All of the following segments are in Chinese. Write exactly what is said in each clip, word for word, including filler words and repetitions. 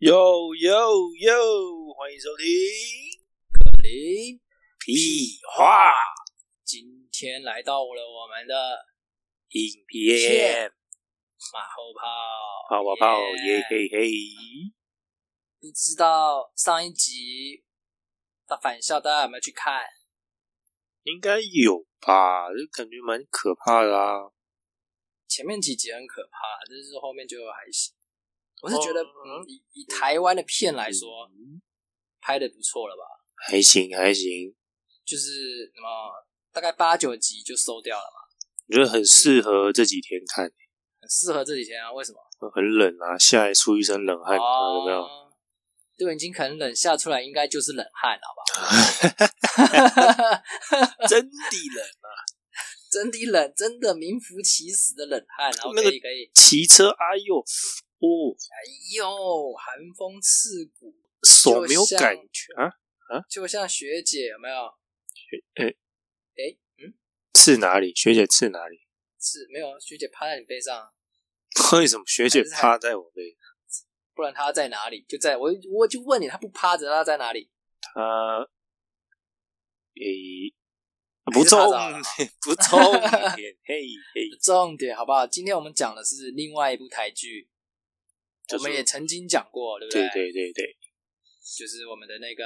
哟哟哟！欢迎收听格林屁话。 今天来到了我们的影片马后炮， 泡泡泡耶嘿嘿！ 不知道上一集的返校大家有没有去看？ 应该有吧，这感觉蛮可怕的啊。 前面几集很可怕，但是后面就还行。我是觉得， 哦、 嗯，以以台湾的片来说，嗯、拍的不错了吧？ 还行还行， 就是什么大概八九集就收掉了嘛。 我觉得很适合这几天看， 很适合这几天啊？为什么？ 很冷啊，下来出一身冷汗，哦、有没有？ 都已经可能冷下出来，应该就是冷汗，好不好？ 真的冷啊！ 真的冷，真的名副其实的冷汗，然后可以可以骑车，哎呦，哦， 哎呦，寒风刺骨， 手没有感觉啊啊， 就像学姐有没有？ 诶诶，嗯， 刺哪里？学姐刺哪里？ 刺没有，学姐趴在你背上。 为什么学姐趴在我背上？ 不然她在哪里？就在我，我就问你，她不趴着，她在哪里？ 她，诶。不重不重点，嘿嘿， 重点好不好？今天我们讲的是另外一部台剧，我们也曾经讲过，对不对？ 对对对对， 就是我们的那个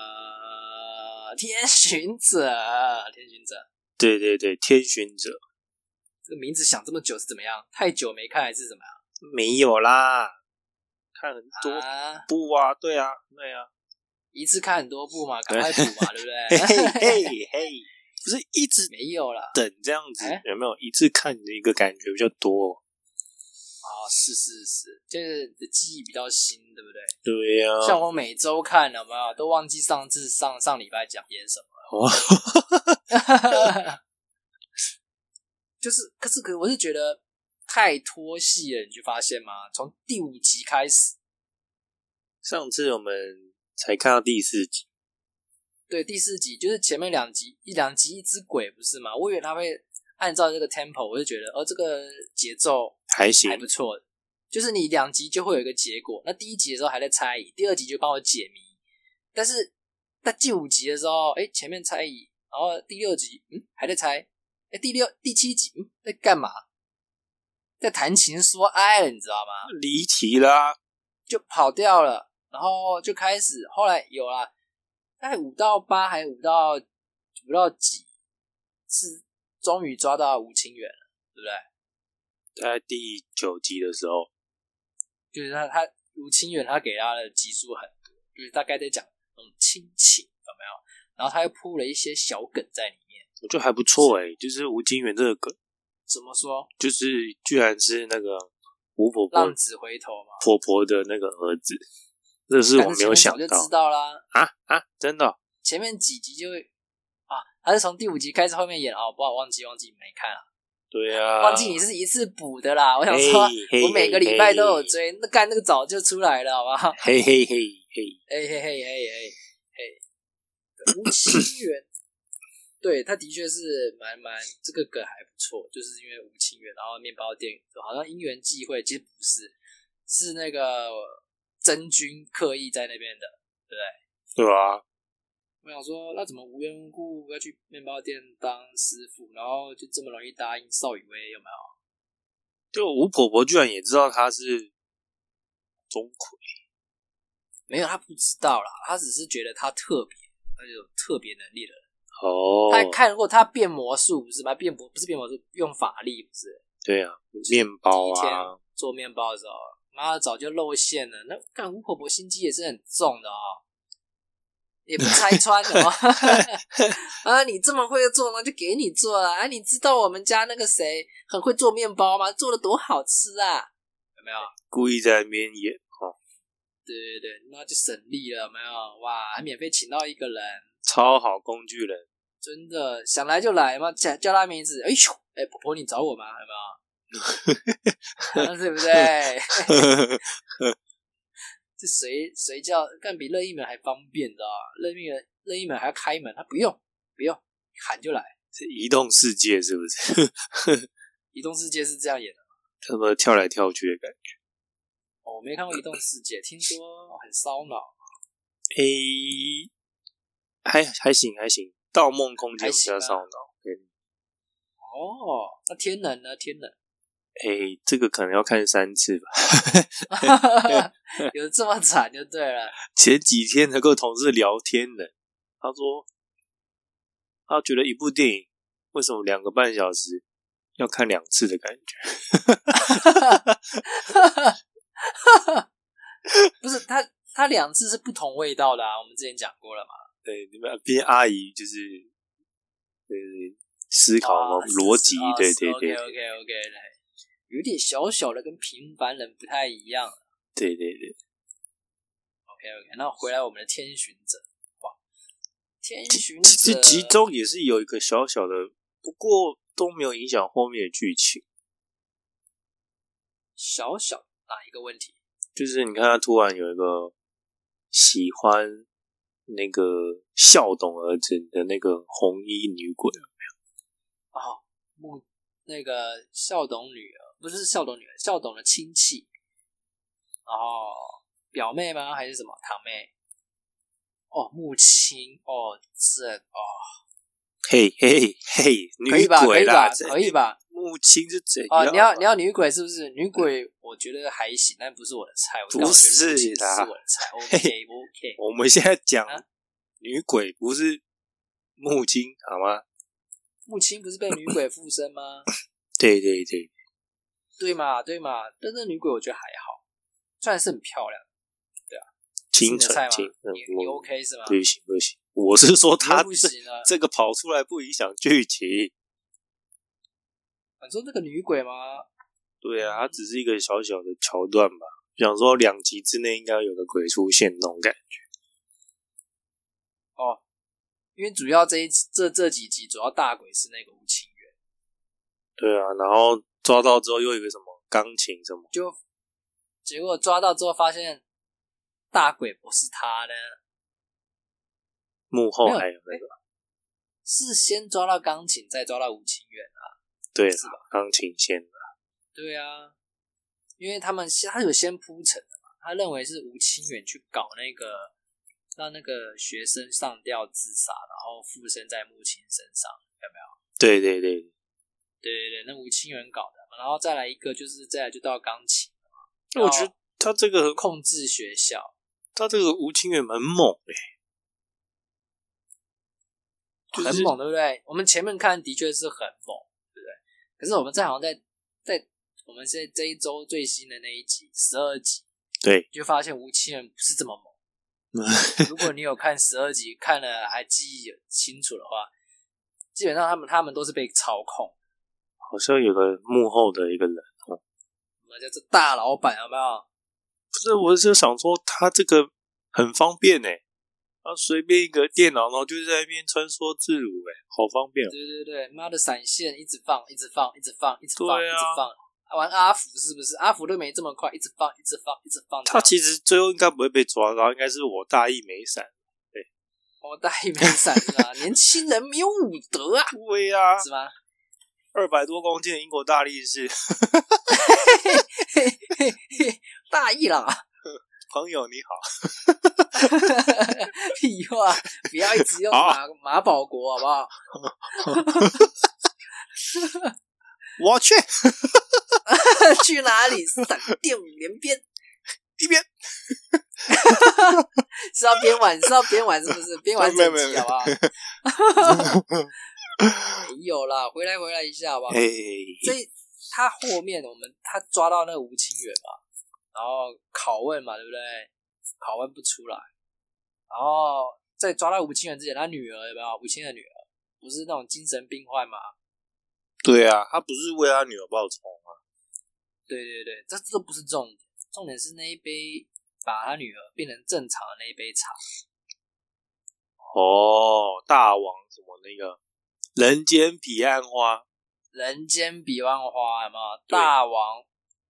天巡者，天巡者， 对对对，天巡者， 这个名字想这么久是怎么样？太久没看还是怎么样？ 没有啦，看很多部啊，啊对啊，对啊， 一次看很多部嘛，赶快补嘛，对不对？ 嘿嘿嘿。不是一直没有啦， 等这样子、欸、有没有一次看的一个感觉比较多？ 哦，是是是，就是记忆比较新，对不对？ 对呀、啊， 像我每周看有没有都忘记上次上上礼拜讲演什么了。哦、就是可是可我是觉得太拖戏了，你去发现吗？从第五集开始， 上次我们才看到第四集。 对，第四集就是前面两集一两集一只鬼不是吗？我以为他会按照这个 tempo， 我就觉得哦，这个节奏还行， 还不错。就是你两集就会有一个结果，那第一集的时候还在猜疑，第二集就帮我解谜。但是在第五集的时候，哎，前面猜疑，然后第六集嗯还在猜，哎，第六第七集嗯在干嘛？在谈情说爱了，你知道吗？ 离题啦， 就跑掉了，然后就开始后来有啦。大概五到八还五到五到几是终于抓到吴清源了，对不对？ 在第九集的时候， 就是他他吴清源他给他的集数很多，就是大概在讲那种亲情有没有？然后他又铺了一些小梗在里面， 我觉得还不错诶、欸、就是吴清源这个梗怎么说？ 就是居然是那个吴婆婆浪子回头嘛， 婆婆的那个儿子。这是我没有想到， 就知道啦啊啊！真的、哦， 前面几集就会啊，还是从第五集开始后面演哦，不好忘记忘记没看啊。 对啊， 忘记你是一次补的啦。我想说，我每个礼拜都有追，那干那个早就出来了，好不好？ 嘿嘿嘿嘿， 嘿嘿嘿嘿嘿嘿，吴清源，对，他的确是蛮蛮这个梗还不错，就是因为吴清源，然后面包店好像因缘际会，其实不是，是那个。真君刻意在那边的，对不对？对啊。 我想说，那怎么无缘无故要去面包店当师傅，然后就这么容易答应邵雨薇，有没有？ 就吴婆婆居然也知道他是钟馗， 没有，他不知道啦，他只是觉得他特别，他有特别能力的人。 哦。 他看过他变魔术，不是吧？变魔不是变魔术，用法力不是？ 对啊，面包啊， 第一天做面包的时候。妈早就露馅了，那干吴婆婆心机也是很重的哦，也不拆穿的哦。啊，你这么会做呢，就给你做了。啊，你知道我们家那个谁很会做面包吗？做的多好吃啊，有没有？ 故意在那边演哦。 对对对，那就省力了，有没有？哇，还免费请到一个人， 超好工具人， 真的想来就来嘛，叫叫他名字。哎呦，哎，婆婆你找我吗？有没有？啊、对不对？这谁谁叫干比乐意门还方便的啊？乐意门乐意门还要开门，他不用不用喊就来。 是移动世界是不是？ 移动世界是这样演的吗？ 他们跳来跳去的感觉。 哦， 我没看过《移动世界》，听说很烧脑。 诶，还还行还行，《盗梦空间》比较烧脑。对。 哦，那天能呢？天能？ 诶，这个可能要看三次吧。 有这么惨就对了。 前几天才跟同事聊天呢，他说他觉得一部电影为什么两个半小时要看两次的感觉。 不是他，他两次是不同味道的啊，我们之前讲过了嘛。 对，你们毕竟阿姨就是呃思考嘛，逻辑，对对对 ，OK OK OK， 有点小小的跟平凡人不太一样。 对对对 ，OK OK， 那回来我们的天巡者，哇，天巡者其实集中也是有一个小小的，不过都没有影响后面的剧情。 小小哪一个问题？ 就是你看他突然有一个喜欢那个孝董儿子的那个红衣女鬼，有没有？ 哦，木那个孝董女儿，不是孝董女儿，孝董的亲戚，然后表妹吗？还是什么堂妹？哦，木青，哦，这哦， 嘿嘿嘿，女鬼啦， 可以吧？ 木青是怎样？ 哦，你要你要女鬼是不是？女鬼我觉得还行，但不是我的菜。我不是啦，是我的菜。OK OK， 我们现在讲女鬼不是木青好吗？ 木青不是被女鬼附身吗？ 对对对， 对嘛对嘛，但那女鬼我觉得还好，虽然是很漂亮，对啊， 清纯清， 你你 OK 是吗？ 不行不行，我是说他不行啊， 这个跑出来不影响剧情。 你说那个女鬼吗？ 对啊，它只是一个小小的桥段吧，想说两集之内应该有个鬼出现那种感觉。 哦，因为主要这一这这几集主要大鬼是那个吴清源。 对啊，然后抓到之后又有一个什么钢琴什么， 就结果抓到之后发现大鬼不是他呢， 幕后还有那个是先抓到钢琴再抓到吴清源啊。 对，是吧？钢琴先的。 对啊，因为他们他有先铺陈的嘛，他认为是吴清源去搞那个让那个学生上吊自杀，然后附身在木青身上，有没有？ 对对对对对对，那吴清源搞的嘛，然后再来一个就是再来就到钢琴了嘛。我觉得他这个控制学校， 他这个吴清源很猛诶、 欸就是，很猛，对不对？我们前面看的确是很猛。可是我们在好像在在我们现在这一周最新的那一集十二集， 对， 就发现吴清源不是这么猛。如果你有看十二集，看了还记忆清楚的话，基本上他们他们都是被操控。 好像有个幕后的一个人哦， 什么叫做大老板？有没有？ 不是，我是想说他这个很方便诶、欸。他随便一个电脑，然后就在那边穿梭自如，哎，好方便、哦。 对对对，妈的闪现一直放，一直放，一直放，一直放， 啊、 一直放。玩阿福是不是？阿福都没这么快，一直放，一直放，一直放。 他其实最后应该不会被抓到，应该是我大意没闪。对， 我大意没闪是吧？年轻人没有武德啊！ 对啊， 是吗？ 二百多公斤的英国大力士， 大意啦。 朋友你好， 屁话，不要一直用马马保国好不好？ 我去， 去哪里？闪电五连鞭， 一边是要边玩，是要边玩，是不是？边玩整集好不好？没有啦，回来回来一下好不好？这他后面我们他抓到那个吴清源嘛。然后拷问嘛，对不对？拷问不出来，然后在抓到吴清源之前，他女儿有没有？吴清源的女儿不是那种精神病患吗？ 对啊，他不是为他女儿报仇吗？ 对对对，这这都不是重点，重点是那一杯把他女儿变成正常的那一杯茶。 哦，大王什么那个人间彼岸花， 人间彼岸花有没有？大王。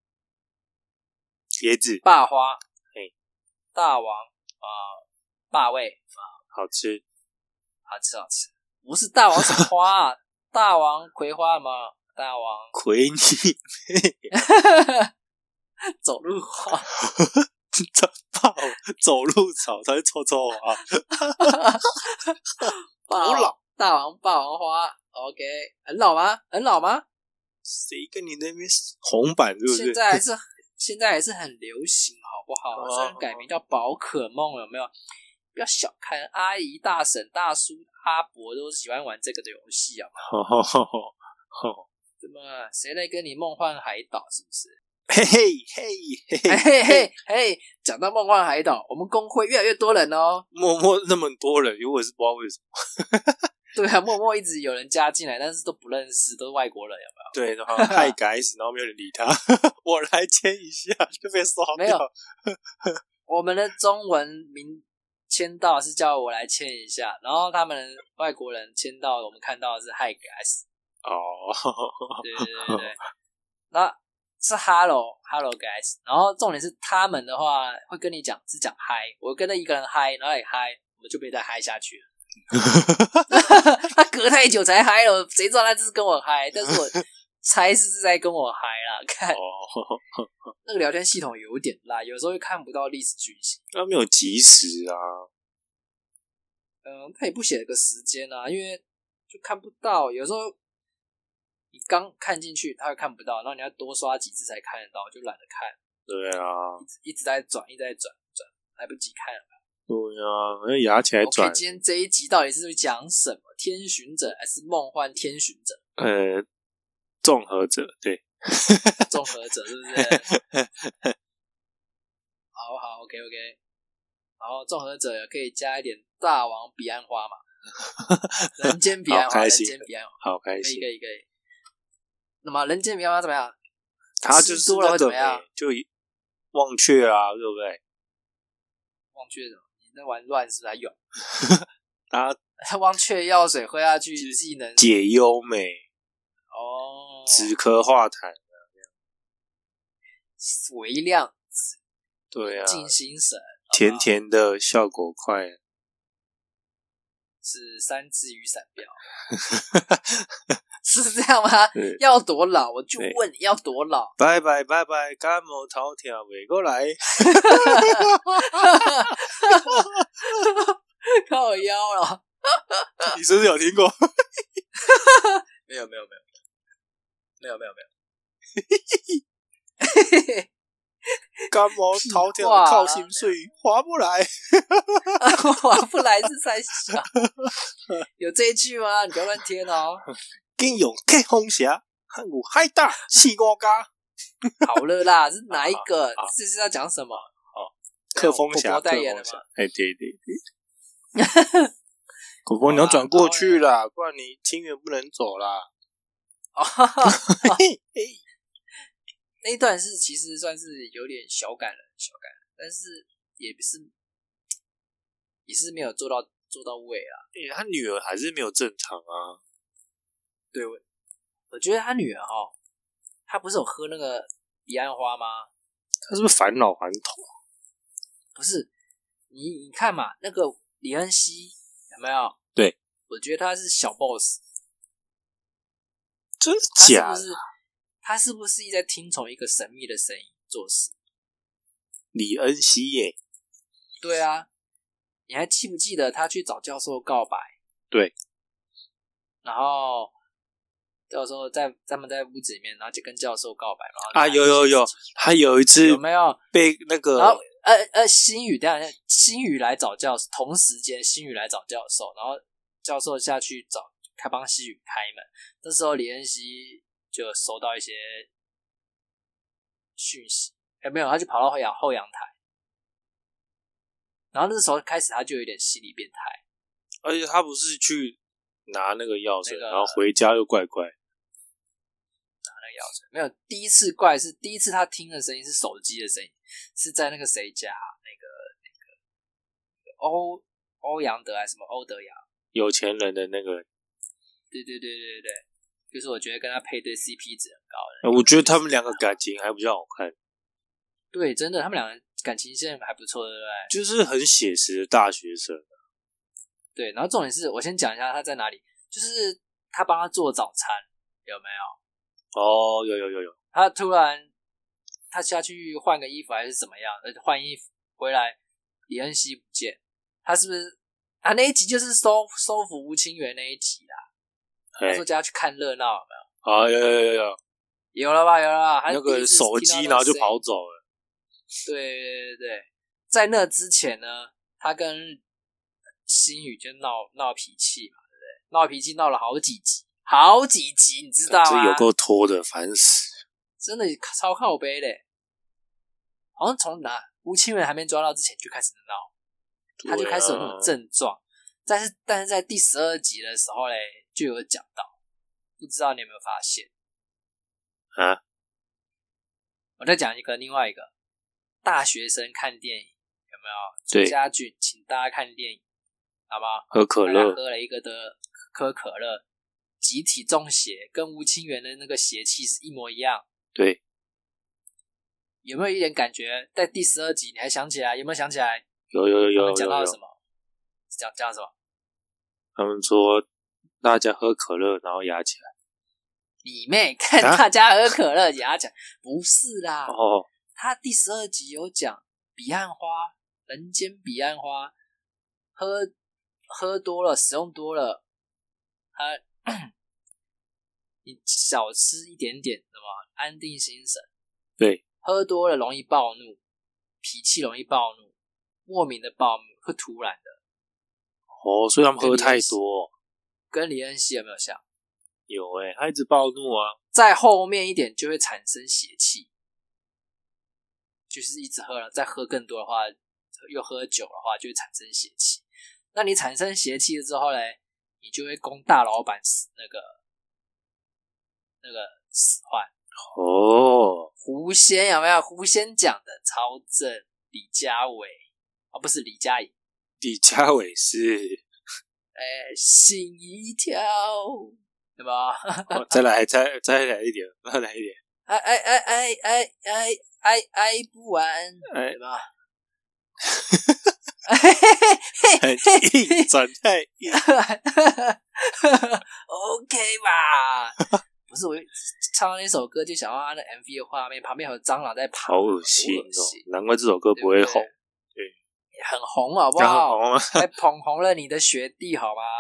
椰子霸花， 嘿， 大王啊、呃，霸味啊、呃， 好吃， 好吃好吃，不是大王什么花、啊，大王葵花嘛，大王葵你走路花， 霸走路草才是臭臭花。 霸王大王霸王花 ，OK， 很老吗？很老吗？ 谁跟你那边红版是不是？ 现在还是现在还是很流行，好不好？哦、虽然改名叫宝可梦，有没有？不要小看阿姨、大婶、大叔、阿伯都喜欢玩这个的游戏啊！怎么？谁来跟你梦幻海岛？是不是？ 嘿嘿嘿嘿嘿嘿嘿！讲到梦幻海岛，我们公会越来越多人哦。 默默那么多人，因为我是不知道为什么。 对啊，默默一直有人加进来，但是都不认识，都是外国人，有没有？对，然后太改死，然后没有人理他。我来签一下，就被刷掉。 没有，我们的中文名签到是叫我来签一下，然后他们外国人签到，我们看到的是 Hi guys。 哦， 对对对对，那是 Hello Hello guys， 然后重点是他们的话会跟你讲是讲 Hi， 我跟着一个人 Hi， 然后也 Hi， 我们就没再 Hi 下去了。他隔太久才嗨了，谁知道他这是跟我嗨？但是我猜是在跟我嗨啦。看、哦、那个聊天系统有点烂，有时候会看不到历史讯息。 他没有及时啊。 嗯，他也不写了个时间啊，因为就看不到。有时候你刚看进去，他会看不到，然后你要多刷几次才看得到，就懒得看。 对啊， 一直一直在转，一直在转转，来不及看了。 对啊，我要压起来转。 OK， 今天这一集到底是讲什么？天巡者还是梦幻天巡者？ 呃，综合者，对， 综合者是不是？好好 ，OK OK。然后综合者可以加一点大王彼岸花嘛？人间彼岸花，人间彼岸花， 好开心， 可以可以可以。那么人间彼岸花怎么样？ 它就是多了会怎么那样？ 就忘却啊，对不对？ 忘却什么？在玩乱是不是还有？ 他忘却药水喝下去，技能解忧美哦， 止咳化痰， 微量对啊， 静心神， 甜甜的效果快， 是三只雨伞标，是这样吗？要多老？我就问你要多老？ 拜拜拜拜，感冒头条尾过来。 靠腰了， 你是不是有听过？ 没有没有没有没有没有没有。 感冒头条靠心水划不来， 划不来是在想有这一句吗？你不要乱贴哦。 金勇克风侠，汉武海大四五家。 好了啦，是哪一个？这是要讲什么？ 哦，克风侠， 我代言的吗？ 哎，对对对。果果，你要转过去啦，不然你清远不能走啦。 哦，那一段是其实算是有点小感人，小感人，但是也不是，也是没有做到做到位啊。 欸，他女儿还是没有正常啊。 对，我我觉得他女儿哈，她不是有喝那个彼岸花吗？ 他是不是返老还童？ 不是，你你看嘛，那个李恩熙有没有？ 对， 我觉得他是小 boss。 真的假的？ 他是不是一直在听从一个神秘的声音做事？ 李恩熙耶？ 对啊，你还记不记得他去找教授告白？ 对。 然后教授在他们在屋子里面，然后就跟教授告白嘛。 啊，有有有，他有一次有没有被那个？ 然后呃呃，星宇，等一下，星宇来找教授，同时间星宇来找教授，然后教授下去找，开帮星宇开门。这时候李恩熙就收到一些讯息，有没有？他就跑到后阳后阳台，然后那时候开始他就有点心理变态， 而且他不是去拿那个药水， 那个、 然后回家又怪怪。 拿那个药水没有？第一次怪是第一次他听的声音是手机的声音，是在那个谁家？那个那个欧欧阳德还是什么欧德阳？有钱人的那个。 对对对对对，就是我觉得跟他配对 C P 值很高的。我觉得他们两个感情还比较好看。 对，真的，他们两个感情线还不错，对不对？ 就是很写实的大学生。 对，然后重点是我先讲一下他在哪里，就是他帮他做早餐，有没有？ 哦，有有有有。 他突然他下去换个衣服还是怎么样，而且换衣服回来，李恩熙不见，他是不是啊？那一集就是收收服吴清源那一集啦。他说叫他去看热闹，有没有？ 啊，有有有有， 有了吧，有了吧。他那个手机然后就跑走了。 对对对对，在那之前呢，他跟星宇就闹闹脾气嘛，对不对？闹脾气闹了好几集，好几集，你知道吗？ 这有够拖的，烦死！ 真的超靠背的，好像从哪吴清源还没抓到之前就开始闹，他就开始有那种症状。但是但是在第十二集的时候嘞，就有讲到，不知道你有没有发现啊？ 我再讲一个，另外一个大学生看电影有没有？朱家俊请大家看电影，好不好？ 喝可乐， 喝了一个的喝可乐，集体中邪，跟吴清源的那个邪气是一模一样。 对， 有没有一点感觉？在第十二集你还想起来？有没有想起来？ 有有有有。他们讲到了什么？讲讲什么？ 他们说大家喝可乐，然后压起来。 你妹！看大家喝可乐压起来，不是啦。 哦， 他第十二集有讲彼岸花，人间彼岸花，喝喝多了，使用多了，他你少吃一点点，什么安定心神。 对， 喝多了容易暴怒，脾气容易暴怒，莫名的暴怒，会突然的。 哦，所以他们喝太多， 跟李恩熙有没有像？ 有诶、欸，他一直暴怒啊， 在后面一点就会产生邪气，就是一直喝了，再喝更多的话，又喝酒的话，就会产生邪气。那你产生邪气了之后嘞，你就会攻大老板那个那个使唤。 哦， 狐仙有没有？狐仙讲的超正，李家伟啊，不是李嘉颖。 李家伟是， 哎，心一跳，对吧？ 哦、再来，再再来一点，再来一点， 爱爱爱爱爱爱爱爱不完， 哎、 对吧？ 很硬，转太硬 ，OK 吧？不是我唱到那首歌就想到他的 M V 的画面，旁边有蟑螂在跑， 好恶心哦！难怪这首歌不会红。 很红好不好？ 红啊！ 还捧红了你的学弟好吗？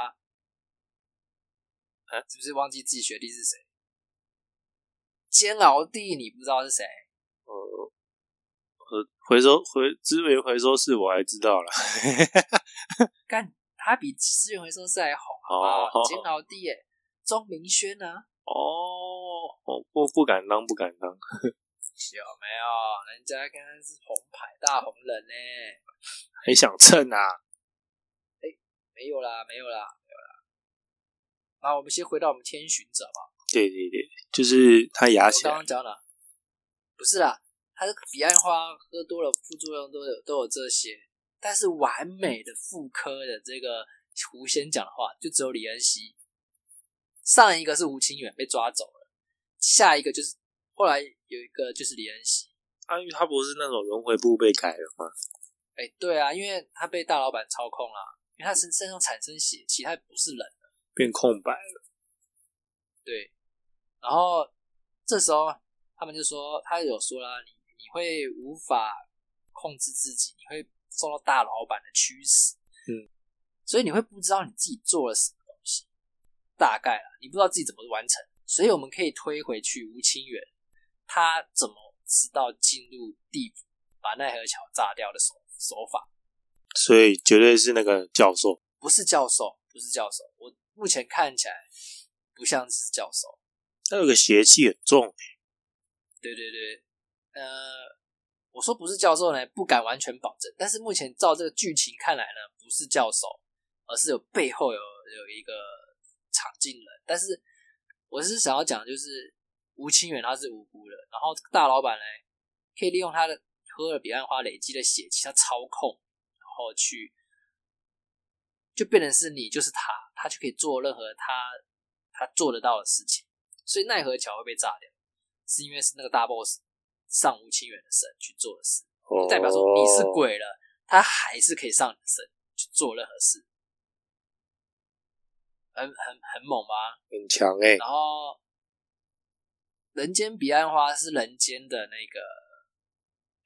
啊， 是不是忘记自己学弟是谁？煎熬弟，你不知道是谁？ 呃，呃，回收回资源回收室我还知道了。 干，他比资源回收室还红好不好？煎熬弟耶，钟明轩啊。 哦，我不不敢当，不敢当。 有没有？人家刚刚是红牌大红人呢。 还想蹭啊？ 哎、欸，没有啦，没有啦，没有啦。然后我们先回到我们天巡者吧。 对对对，就是他牙起来。 我刚刚讲了，不是啦，他的彼岸花喝多了，副作用都有都有这些，但是完美的复刻的这个狐仙讲的话，就只有李恩熙。上一个是吴清源被抓走了，下一个就是后来有一个就是李恩熙。 啊，因为他不是那种轮回部被改了吗？ 哎、欸，对啊，因为他被大老板操控啦，因为他身身上产生血气，他不是人了， 变空白了。 对，然后这时候他们就说，他有说啦，你你会无法控制自己，你会受到大老板的驱使， 嗯， 所以你会不知道你自己做了什么东西，大概啦，你不知道自己怎么完成，所以我们可以推回去吴清源，他怎么知道进入地府把奈何桥炸掉的手手法？ 所以绝对是那个教授， 不是教授，不是教授，我目前看起来不像是教授， 他有个邪气很重。 对对对，呃，我说不是教授呢，不敢完全保证，但是目前照这个剧情看来呢，不是教授，而是有背后有有一个场镜人。但是我是想要讲，就是吴清源他是无辜的，然后大老板呢，可以利用他的喝了彼岸花累积的血气，他操控，然后去就变成是你就是他，他就可以做任何他他做得到的事情，所以奈何桥会被炸掉，是因为是那个大 boss 上吴清源的身去做的事， 哦、 就代表说你是鬼了，他还是可以上你的身去做任何事，很很很猛吧？ 很强哎、欸。 然后人间彼岸花是人间的那个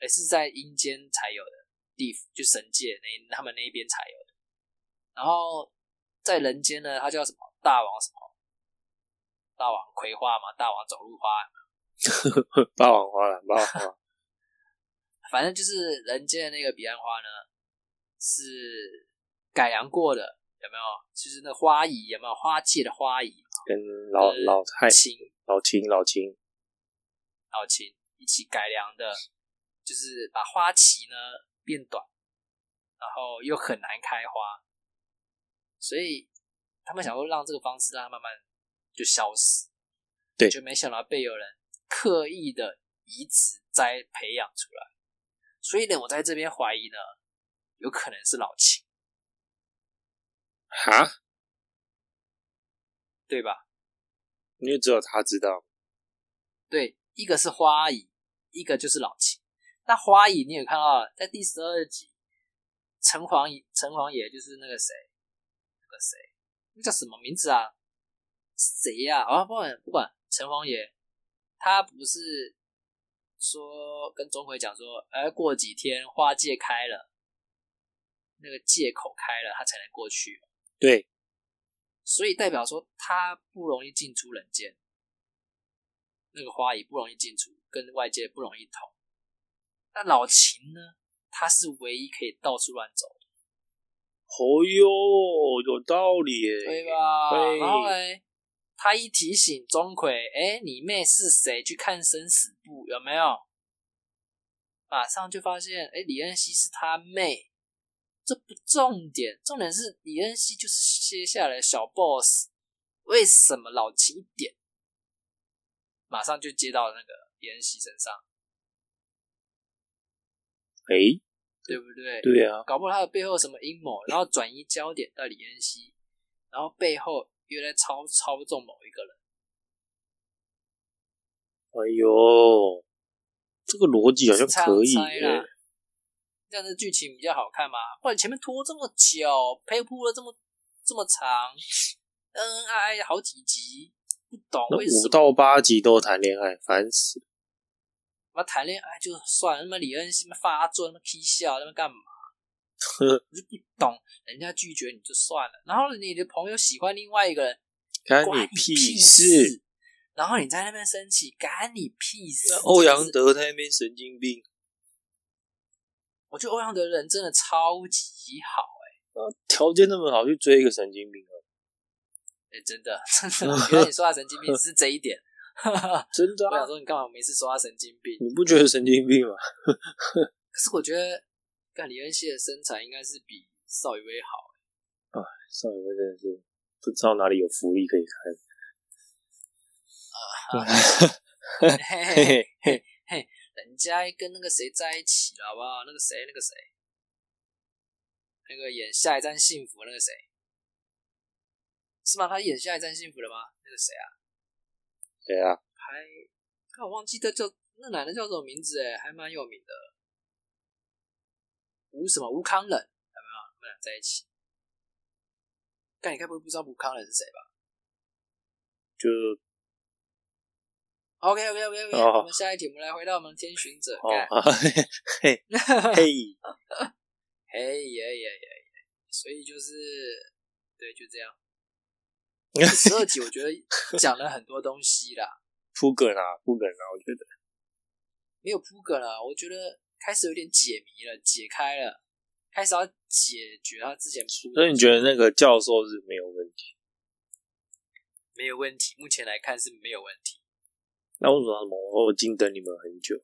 而是在阴间才有的地府，就神界那他们那边才有的。然后在人间呢，它叫什么大王什么大王葵花嘛，大王走路花， 霸王花啦，霸王花。 反正就是人间的那个彼岸花呢，是改良过的，有没有？就是那花仪有没有？花界的花仪跟老老太青老秦老秦老秦一起改良的，就是把花期呢变短，然后又很难开花，所以他们想说让这个方式让它慢慢就消失， 对， 就没想到被有人刻意的移植栽培养出来，所以呢，我在这边怀疑呢，有可能是老秦， 哈， 对吧？ 因为只有他知道。 对，一个是花乙，一个就是老秦。那花乙你有看到，在第十二集，城隍爷，城隍爷就是那个谁，那个谁，那叫什么名字啊？谁呀、啊？啊，不管不管，城隍爷，他不是说跟钟馗讲说，哎，过几天花界开了，那个界口开了，他才能过去。 对， 所以代表说他不容易进出人间。那个花乙不容易进出，跟外界不容易通。那老秦呢？他是唯一可以到处乱走的。 哦哟，有道理耶， 对吧？ 对， 然后嘞，他一提醒钟馗，哎，你妹是谁？去看生死簿有没有？马上就发现，哎，李恩熙是他妹。这不重点，重点是李恩熙就是接下来的小 boss。为什么老秦一点？马上就接到那个李恩熙身上， 哎， 对不对？ 对啊， 搞不好他的背后有什么阴谋，然后转移焦点到李恩熙，然后背后又在操操纵某一个人。 哎呦，这个逻辑好像可以耶。 这样的剧情比较好看嘛？不然前面拖这么久，陪铺了这么这么长，恩恩爱爱好几集。不懂为什么五到八集都谈恋爱，烦死了。 那谈恋爱就算了，那么李恩熙发作，那么批笑，那么干嘛？我就不懂，人家拒绝你就算了，然后你的朋友喜欢另外一个人， 干你屁事！然后你在那边生气，干你屁事！ 欧阳德在那边神经病。 我觉得欧阳德人真的超级好哎、 欸，条件那么好，去追一个神经病啊！ 哎、欸，真的，真的，原来你说他神经病是这一点， 真的、啊。 我想说，你干嘛每次说他神经病？ 你不觉得神经病吗？ 可是我觉得，干李恩熙的身材应该是比邵雨薇好、欸。 啊，邵雨薇真的是不知道哪里有福利可以看。啊， 嘿嘿嘿嘿嘿，人家跟那个谁在一起了，好不好？那个谁，那个谁，那个演《下一站幸福》那个谁。是吗？他演《下一站幸福》了吗？那个谁啊？ 谁啊？ 还，看我忘记他叫那男的叫什么名字哎，还蛮有名的。吴什么？吴康仁，有没有？他们俩在一起。但你该不会不知道吴康仁是谁吧？ 就 OK OK OK OK，、哦、我们下一题，我们来回到我们天巡者。 哦，嘿，嘿， 嘿呀呀呀！所以就是，对，就这样。十二集我觉得讲了很多东西啦， 铺梗啊，铺梗啊，我觉得没有铺梗啦，我觉得开始有点解谜了，解开了，开始要解决他之前铺。 所以你觉得那个教授是没有问题？ 没有问题，目前来看是没有问题。 那为什么我已经等你们很久？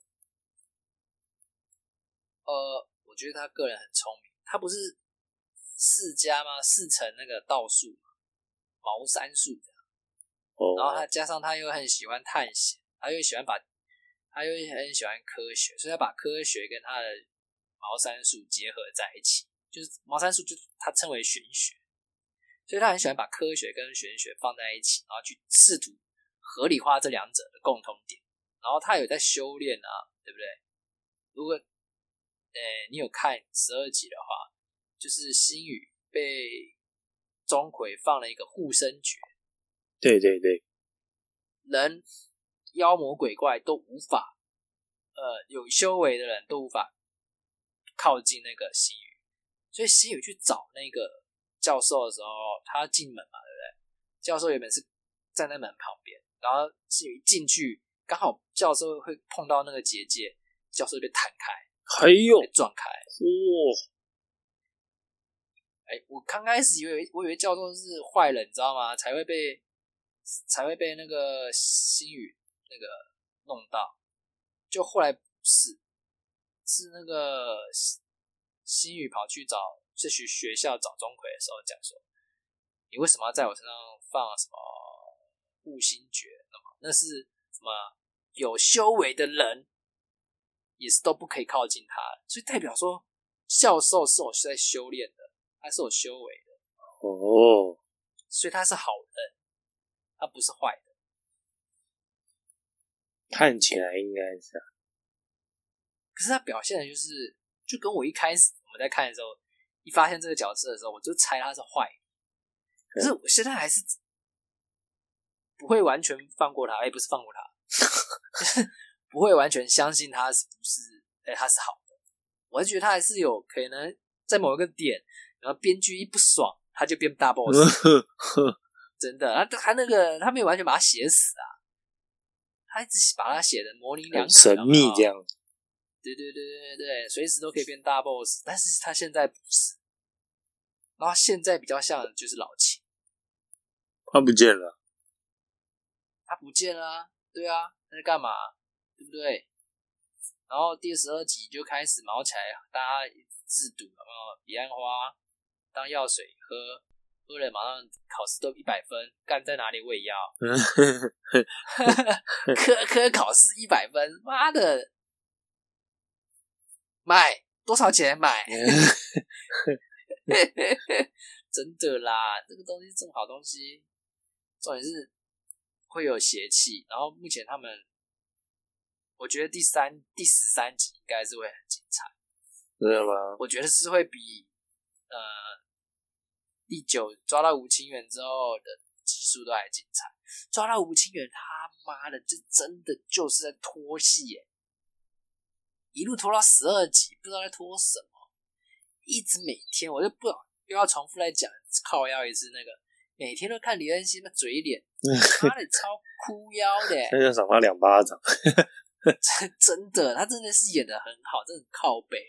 呃，我觉得他个人很聪明，他不是世家吗？四成那个道术。茅山术的，然后他加上他又很喜欢探险，他又喜欢把，他又很喜欢科学，所以他把科学跟他的茅山术结合在一起，就是茅山术就他称为玄学，所以他很喜欢把科学跟玄学放在一起，然后去试图合理化这两者的共同点，然后他有在修炼啊，对不对？如果，呃，你有看十二集的话，就是星宇被钟馗放了一个护身诀， 对对对， 人、妖魔鬼怪都无法， 呃有修为的人都无法靠近那个星宇，所以星宇去找那个教授的时候，他进门嘛，对不对？教授原本是站在门旁边，然后星宇进去，刚好教授会碰到那个结界，教授就被弹开， 还有被撞开。 哇！ 哎，我刚开始以为我以为教授是坏人，你知道吗？才会被才会被那个星宇那个弄到，就后来不是，是那个星宇跑去找去学校找钟馗的时候讲说，你为什么要在我身上放什么护心诀？那么那是什么有修为的人也是都不可以靠近他，所以代表说教授是有在修炼的，他是有修为的哦， 所以他是好人，他不是坏的。 看起来应该是啊， 可是他表现的就是，就跟我一开始我们在看的时候，一发现这个角色的时候，我就猜他是坏的。可是我现在还是不会完全放过他，哎，不是放过他，不会完全相信他是不是，哎，他是好的。我还觉得他还是有可能在某一个点，然后编剧一不爽，他就变大 boss。真的，他他那个他没有完全把他写死啊，他一直把他写的模棱两可， 神秘这样。 对对对对对，随时都可以变大 boss， 但是他现在不是，然后现在比较像就是老秦， 他不见了， 他不见了啊，对啊，他在干嘛？对不对？然后第十二集就开始毛起来，大家自赌有没有？彼岸花当药水喝，喝了马上考试都一百分，干在哪里我也要，科科考试一百分，妈的！买多少钱买？真的啦，这个东西这么好东西，重点是会有邪气。然后目前他们，我觉得第三、第十三集应该是会很精彩。 真的吗？ 我觉得是会比呃第九抓到吴清源之后的集数都还精彩。抓到吴清源，他妈的，这真的就是在拖戏耶！一路拖到十二集，不知道在拖什么，一直每天我就不又要重复来讲，靠腰一次那个，每天都看李恩熙那嘴脸，妈的超哭腰的， 那就赏他两巴掌。 真的，他真的是演得很好，真的很靠北，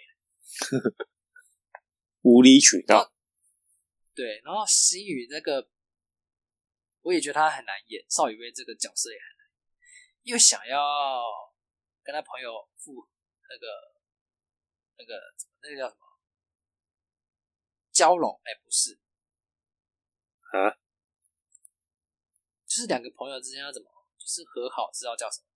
无理取闹。 对，然后星宇那个，我也觉得他很难演，邵雨薇这个角色也很难演，又想要跟他朋友复。那个、那个、那个叫什么？交融？哎、欸，不是啊， 就是两个朋友之间要怎么，就是和好，知道叫什么？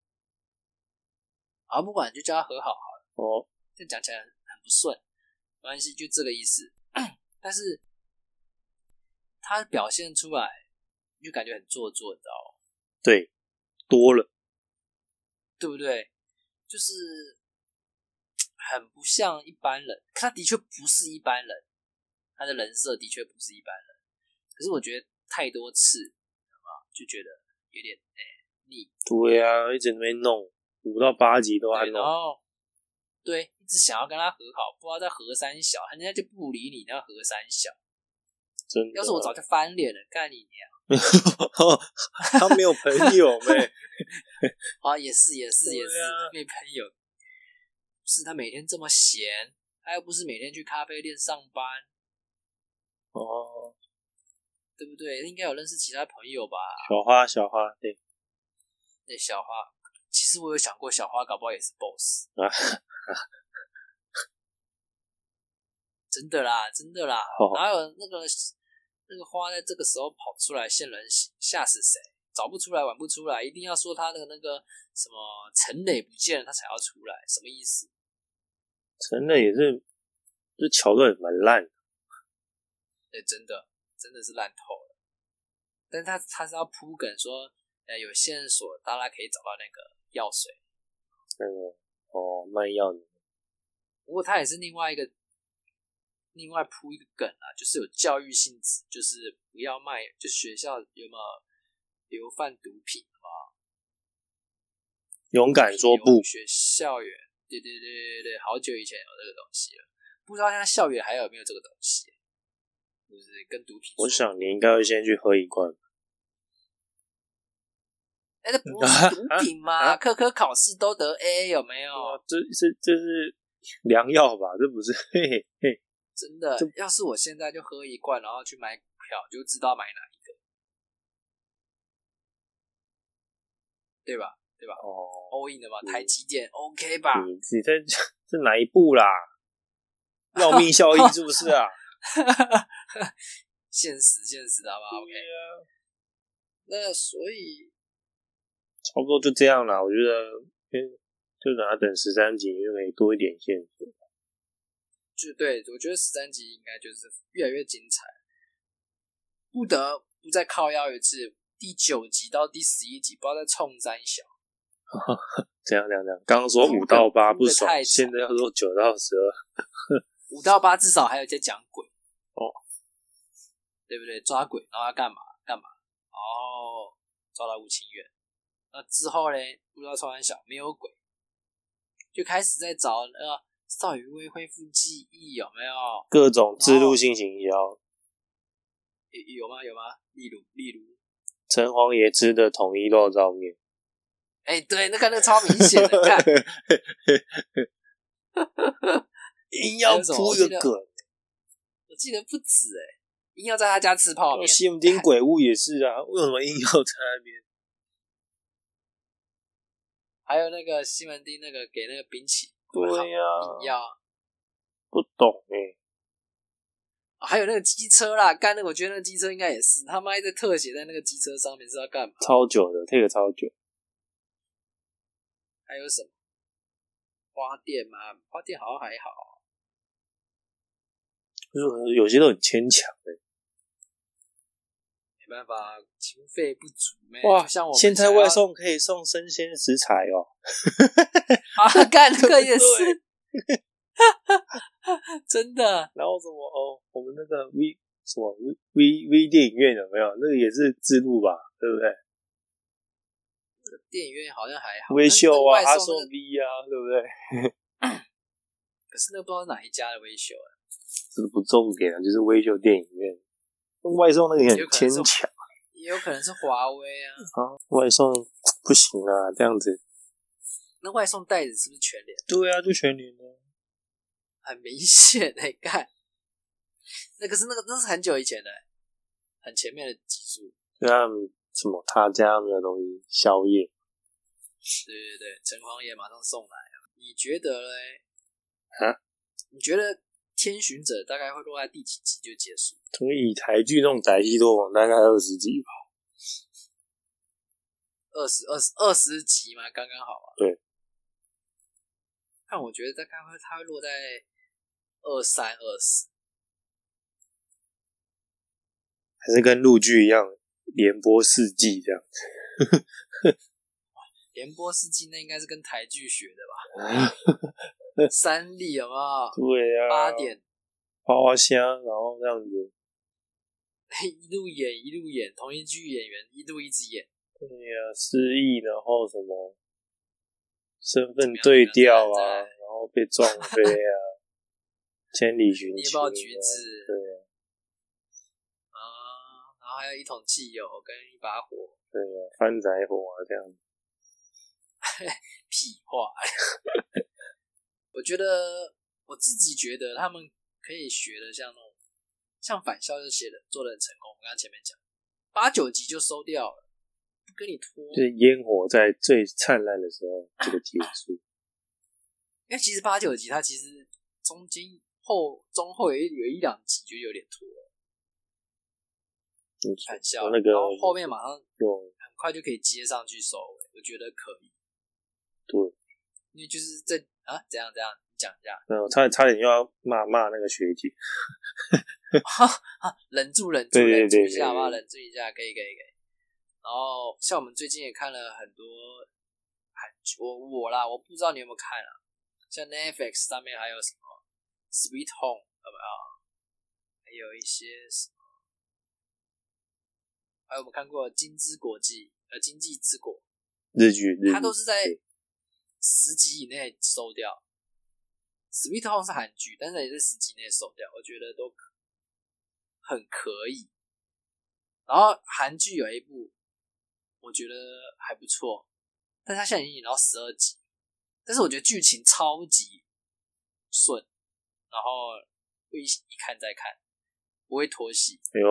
啊，不管就叫他和好好了。 哦， 这讲起来很不顺，没关系，就这个意思。但是他表现出来，就感觉很做作，你知道吗？ 对，多了， 对不对？就是很不像一般人，可他的确不是一般人，他的人设的确不是一般人。可是我觉得太多次，就觉得有点哎腻。 对啊，一直在那边弄，五到八集都还弄。 然后对，一直想要跟他和好，不知道在和三小，人家就不理你，那和三小。 真的， 要是我早就翻脸了，干你娘！ 他没有朋友呗。 啊，也是也是也是， 啊、 没朋友。是他每天这么闲，他又不是每天去咖啡店上班， 哦， 对不对？应该有认识其他朋友吧？ 小花，小花，对， 对，小花。其实我有想过，小花搞不好也是 boss 啊，真的啦，真的啦， 哦、 哪有那个那个花在这个时候跑出来现人形，吓死谁？找不出来，玩不出来，一定要说他的那个什么陈磊不见了，他才要出来，什么意思？ 陈磊也是，这桥段也蛮烂的。 对，真的，真的是烂透了。但是他他是要铺梗说，呃，有线索，大家可以找到那个药水。 那个哦，卖药的。 不过他也是另外一个，另外铺一个梗啊，就是有教育性质，就是不要卖，就学校有没有流贩毒品嘛？ 勇敢说不。 学校园，对对对对对，好久以前有这个东西了，不知道现在校园还有没有这个东西，就是跟毒品。 我想你应该会先去喝一罐。 哎、欸，这不是毒品吗？科科考试都得 A 有没有？ 啊、这是这是良药吧？这不是嘿嘿嘿。 真的，要是我现在就喝一罐，然后去买股票，就知道买哪一个，对吧？对吧？哦 ，all in 的嘛，台积电 OK 吧？ 你你在这哪一步啦？要命效应是不是啊？ 现实现实的好不好 ？OK 啊。那所以差不多就这样啦，我觉得，就等他等十三集就可以多一点线索。 就对，我觉得十三集应该就是越来越精彩，不得不再靠腰一次。第九集到第十一集，不知道在冲三小。 这样这样这样，刚刚说五到八不爽，现在要说九到十二。 五到八至少还有在讲鬼哦， 对不对？抓鬼，然后要干嘛干嘛？哦，抓到吴清源。那之后呢？不知道冲三小没有鬼，就开始在找那个。邵雨薇恢复记忆有没有？ 各种植入性行销， 有吗？有吗？例如，例如城隍爷吃的统一肉燥面。 哎、欸，对，那个那个超明显的，看， 硬要铺一个梗。 我记得不止哎、欸，硬要在他家吃泡面。 西门町鬼屋也是啊，为什么硬要在那边？ 还有那个西门町那个给那个冰淇淋。 对呀、啊， 要不懂哎、欸哦。还有那个机车啦，干那个，我觉得那个机车应该也是他妈一直特写在那个机车上面是要干嘛？ 超久的，这个超久。 还有什么？花店吗？花店好像还好， 就是有些都很牵强哎。 没办法，经费不足咩。 哇， 像我们现在外送可以送生鲜食材哦。 啊，干这个也是，真的。 然后什么哦，我们那个 V 什么 V V V 电影院有没有？那个也是自录吧，对不对？ 电影院好像还好。 微秀啊，他送 V 啊，对不对？ 可是那不知道哪一家的微秀啊。 这个不重点啊，就是微秀电影院。外送那个也很牵强， 也有可能是华为啊。 啊，外送不行啊，这样子。 那外送袋子是不是全联？ 对啊，就全联的。 很明显哎、欸，干。那可是那个那是很久以前的、欸，很前面的集数。 对啊，什么他家没有东西，宵夜。 对对对，城隍爷马上送来了。你觉得嘞？ 啊？ 你觉得？天巡者大概会落在第几集就结束？ 所以台剧那种宅戏多往大概二十集吧， 二十二十二十集嘛，刚刚好啊。 对。 但我觉得大概会，它会落在二三二四， 还是跟陆剧一样连播四季这样子。 连播四季那应该是跟台剧学的吧？三立有没有？ 对啊， 八点花花香，然后这样子， 一路演一路演，同一剧演员一路一直演。 对啊，失忆，然后什么身份对调啊，然后被撞飞啊，千里寻亲、啊， 捏爆橘子， 对啊， 啊，然后还有一桶汽油跟一把火， 对啊，翻仔火啊这样。 屁话。我觉得我自己觉得他们可以学的像那种像返校就写的做的很成功，我刚刚前面讲八九集就收掉了，不跟你拖， 就是烟火在最灿烂的时候这个结束。 因为其实八九集它其实中间后中后有一有一两集就有点拖了，返校、 那个、 然后后面马上很快就可以接上去收尾，我觉得可以。 对， 因为就是在啊怎样怎样讲一下， 嗯，差差点又要骂骂那个学姐， 忍住忍住对对对忍住一下吧，忍住一下，可以可以可以。然后像我们最近也看了很多韩剧，我我啦，我不知道你有没有看啊，像 Netflix 上面还有什么 Sweet Home 有没有？还有一些什么，还有我们看过金之国际呃经济之国。 日剧，日剧它都是在十集以内收掉。Sweet Home 是韩剧，但是也是十集内收掉，我觉得都很可以。然后韩剧有一部，我觉得还不错，但是它现在已经演到十二集，但是我觉得剧情超级顺，然后会一看再看，不会拖戏。 哎呦，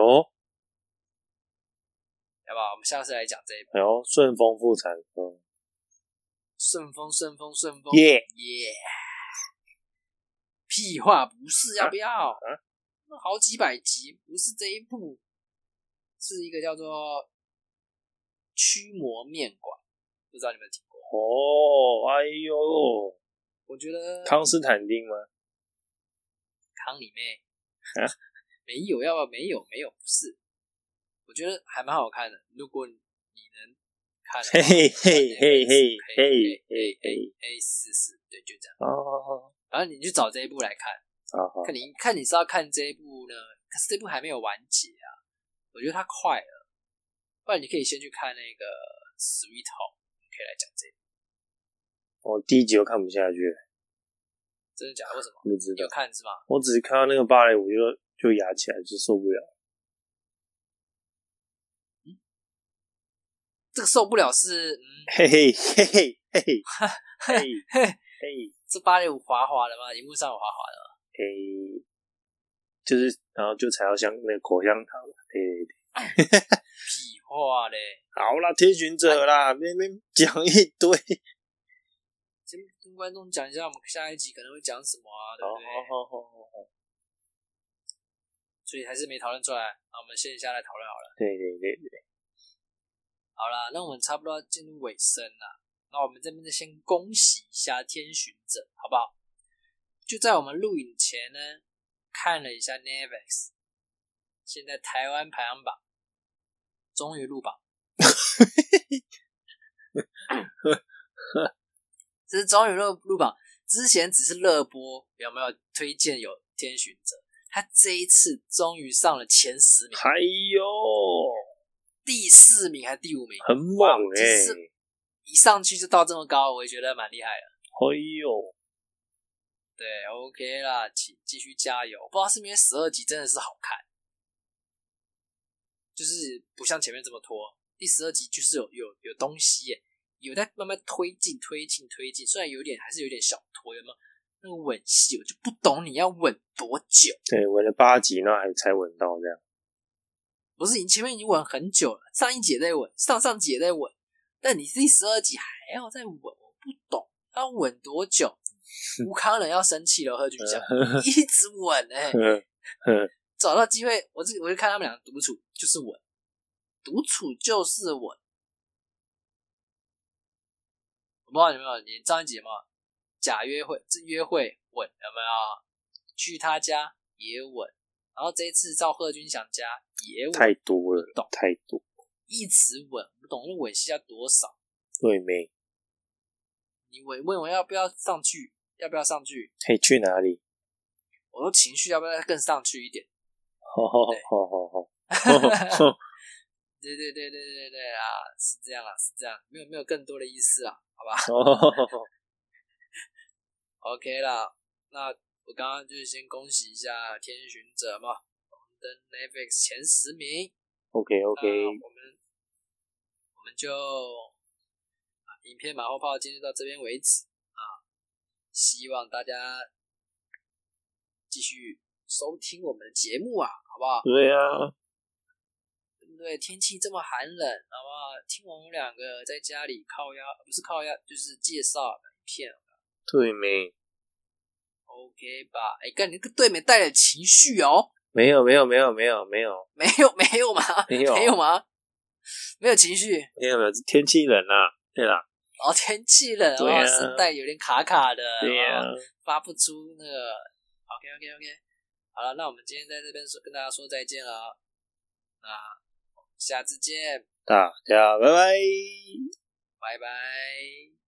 要不好？我们下次来讲这一部。 哎呦，顺丰妇产科， 顺风顺风顺风， 耶耶！屁话不是，要不要？ 啊啊好几百集，不是这一部，是一个叫做驱魔面馆，不知道你们有没有听过？ 哦，哎呦， 我觉得康斯坦丁吗？ 康你妹！ 啊、 没有，要不要？没有，没有，不是。我觉得还蛮好看的，如果你能看的话， 嘿嘿嘿嘿嘿嘿嘿， 哎，是是，对，就这样。 哦， 然后你就找这一部来看， 好， 看你看你是要看这一部呢，可是这部还没有完结啊，我觉得它快了，不然你可以先去看那个 Sweet Home， 可以来讲这一部。 我第一集都看不下去了， 真的假的？为什么？ 不知道， 有看是吗？ 我只是看到那个芭蕾舞就就压起来，就受不了。 嗯，这个受不了是嗯， 嘿嘿嘿嘿嘿嘿嘿嘿， 这芭蕾舞滑滑的吗？荧幕上有滑滑的吗？ 嘿，就是然后就踩到香那个口香糖了，嘿， 屁话嘞！ 好啦，天巡者啦，那边讲一堆。 先跟观众讲一下，我们下一集可能会讲什么啊，对不对？ 好好好好好， 所以还是没讨论出来，那我们线下来讨论好了。 对对对对， 好啦，那我们差不多要进入尾声啦。那我们这边就先恭喜一下天巡者，好不好？就在我们录影前呢，看了一下 Netflix， 现在台湾排行榜终于入榜。这是终于入入榜，之前只是热播，有没有推荐有天巡者？他这一次终于上了前十名， 哎呦， 第四名还是第五名， 很猛哎、 欸！一上去就到这么高，我也觉得蛮厉害的。 哎呦， 对 ，OK 啦，请继续加油。不知道是不是因为十二集真的是好看，就是不像前面这么拖，第十二集就是有有有东西耶。有在慢慢推进推进推进，虽然有点还是有点小拖，有没有那个吻戏我就不懂你要吻多久。 对，吻了八集那还才吻到这样， 不是你前面已经吻很久了，上一集也在吻，上上集也在吻，但你第十二集还要再吻，我不懂要吻多久。吴康仁要生气了，贺军翔一直吻哎、欸，找到机会我我就看他们两个独处就是吻，独处就是吻。我不知道有没有你上一集有没有假约会，这约会吻有没有？去他家也吻，然后这一次到贺军翔家也吻， 太多了， 懂太多， 一直吻，不懂那吻戏要多少？ 对没？ 你吻问我要不要上去？要不要上去？ 嘿，去哪里？ 我说情绪要不要更上去一点？ 好好好好好， 对对对对对对啊，是这样啦，是这样，没有没有更多的意思啦。好吧，OK 啦，那我刚刚就是先恭喜一下天巡者嘛，荣登 Netflix 前十名。 OK OK， 我们我们就啊，影片马后炮今天到这边为止啊，希望大家继续收听我们的节目啊，好不好？ 对啊。 对，天气这么寒冷，好不好？听我们两个在家里靠腰，不是靠腰，就是介绍影片。 对没 ？OK 吧？哎，干你那个对没带点情绪哦？ 没有没有没有没有没有没有没有吗？ 没有没有吗？没有情绪？ 没有没有，天气冷啊，对啦。 哦，天气冷， 对啊， 声带有点卡卡的， 对啊， 发不出那个。OK OK OK， 好了，那我们今天在这边说跟大家说再见了，那。下次见， 大家拜拜， 拜拜。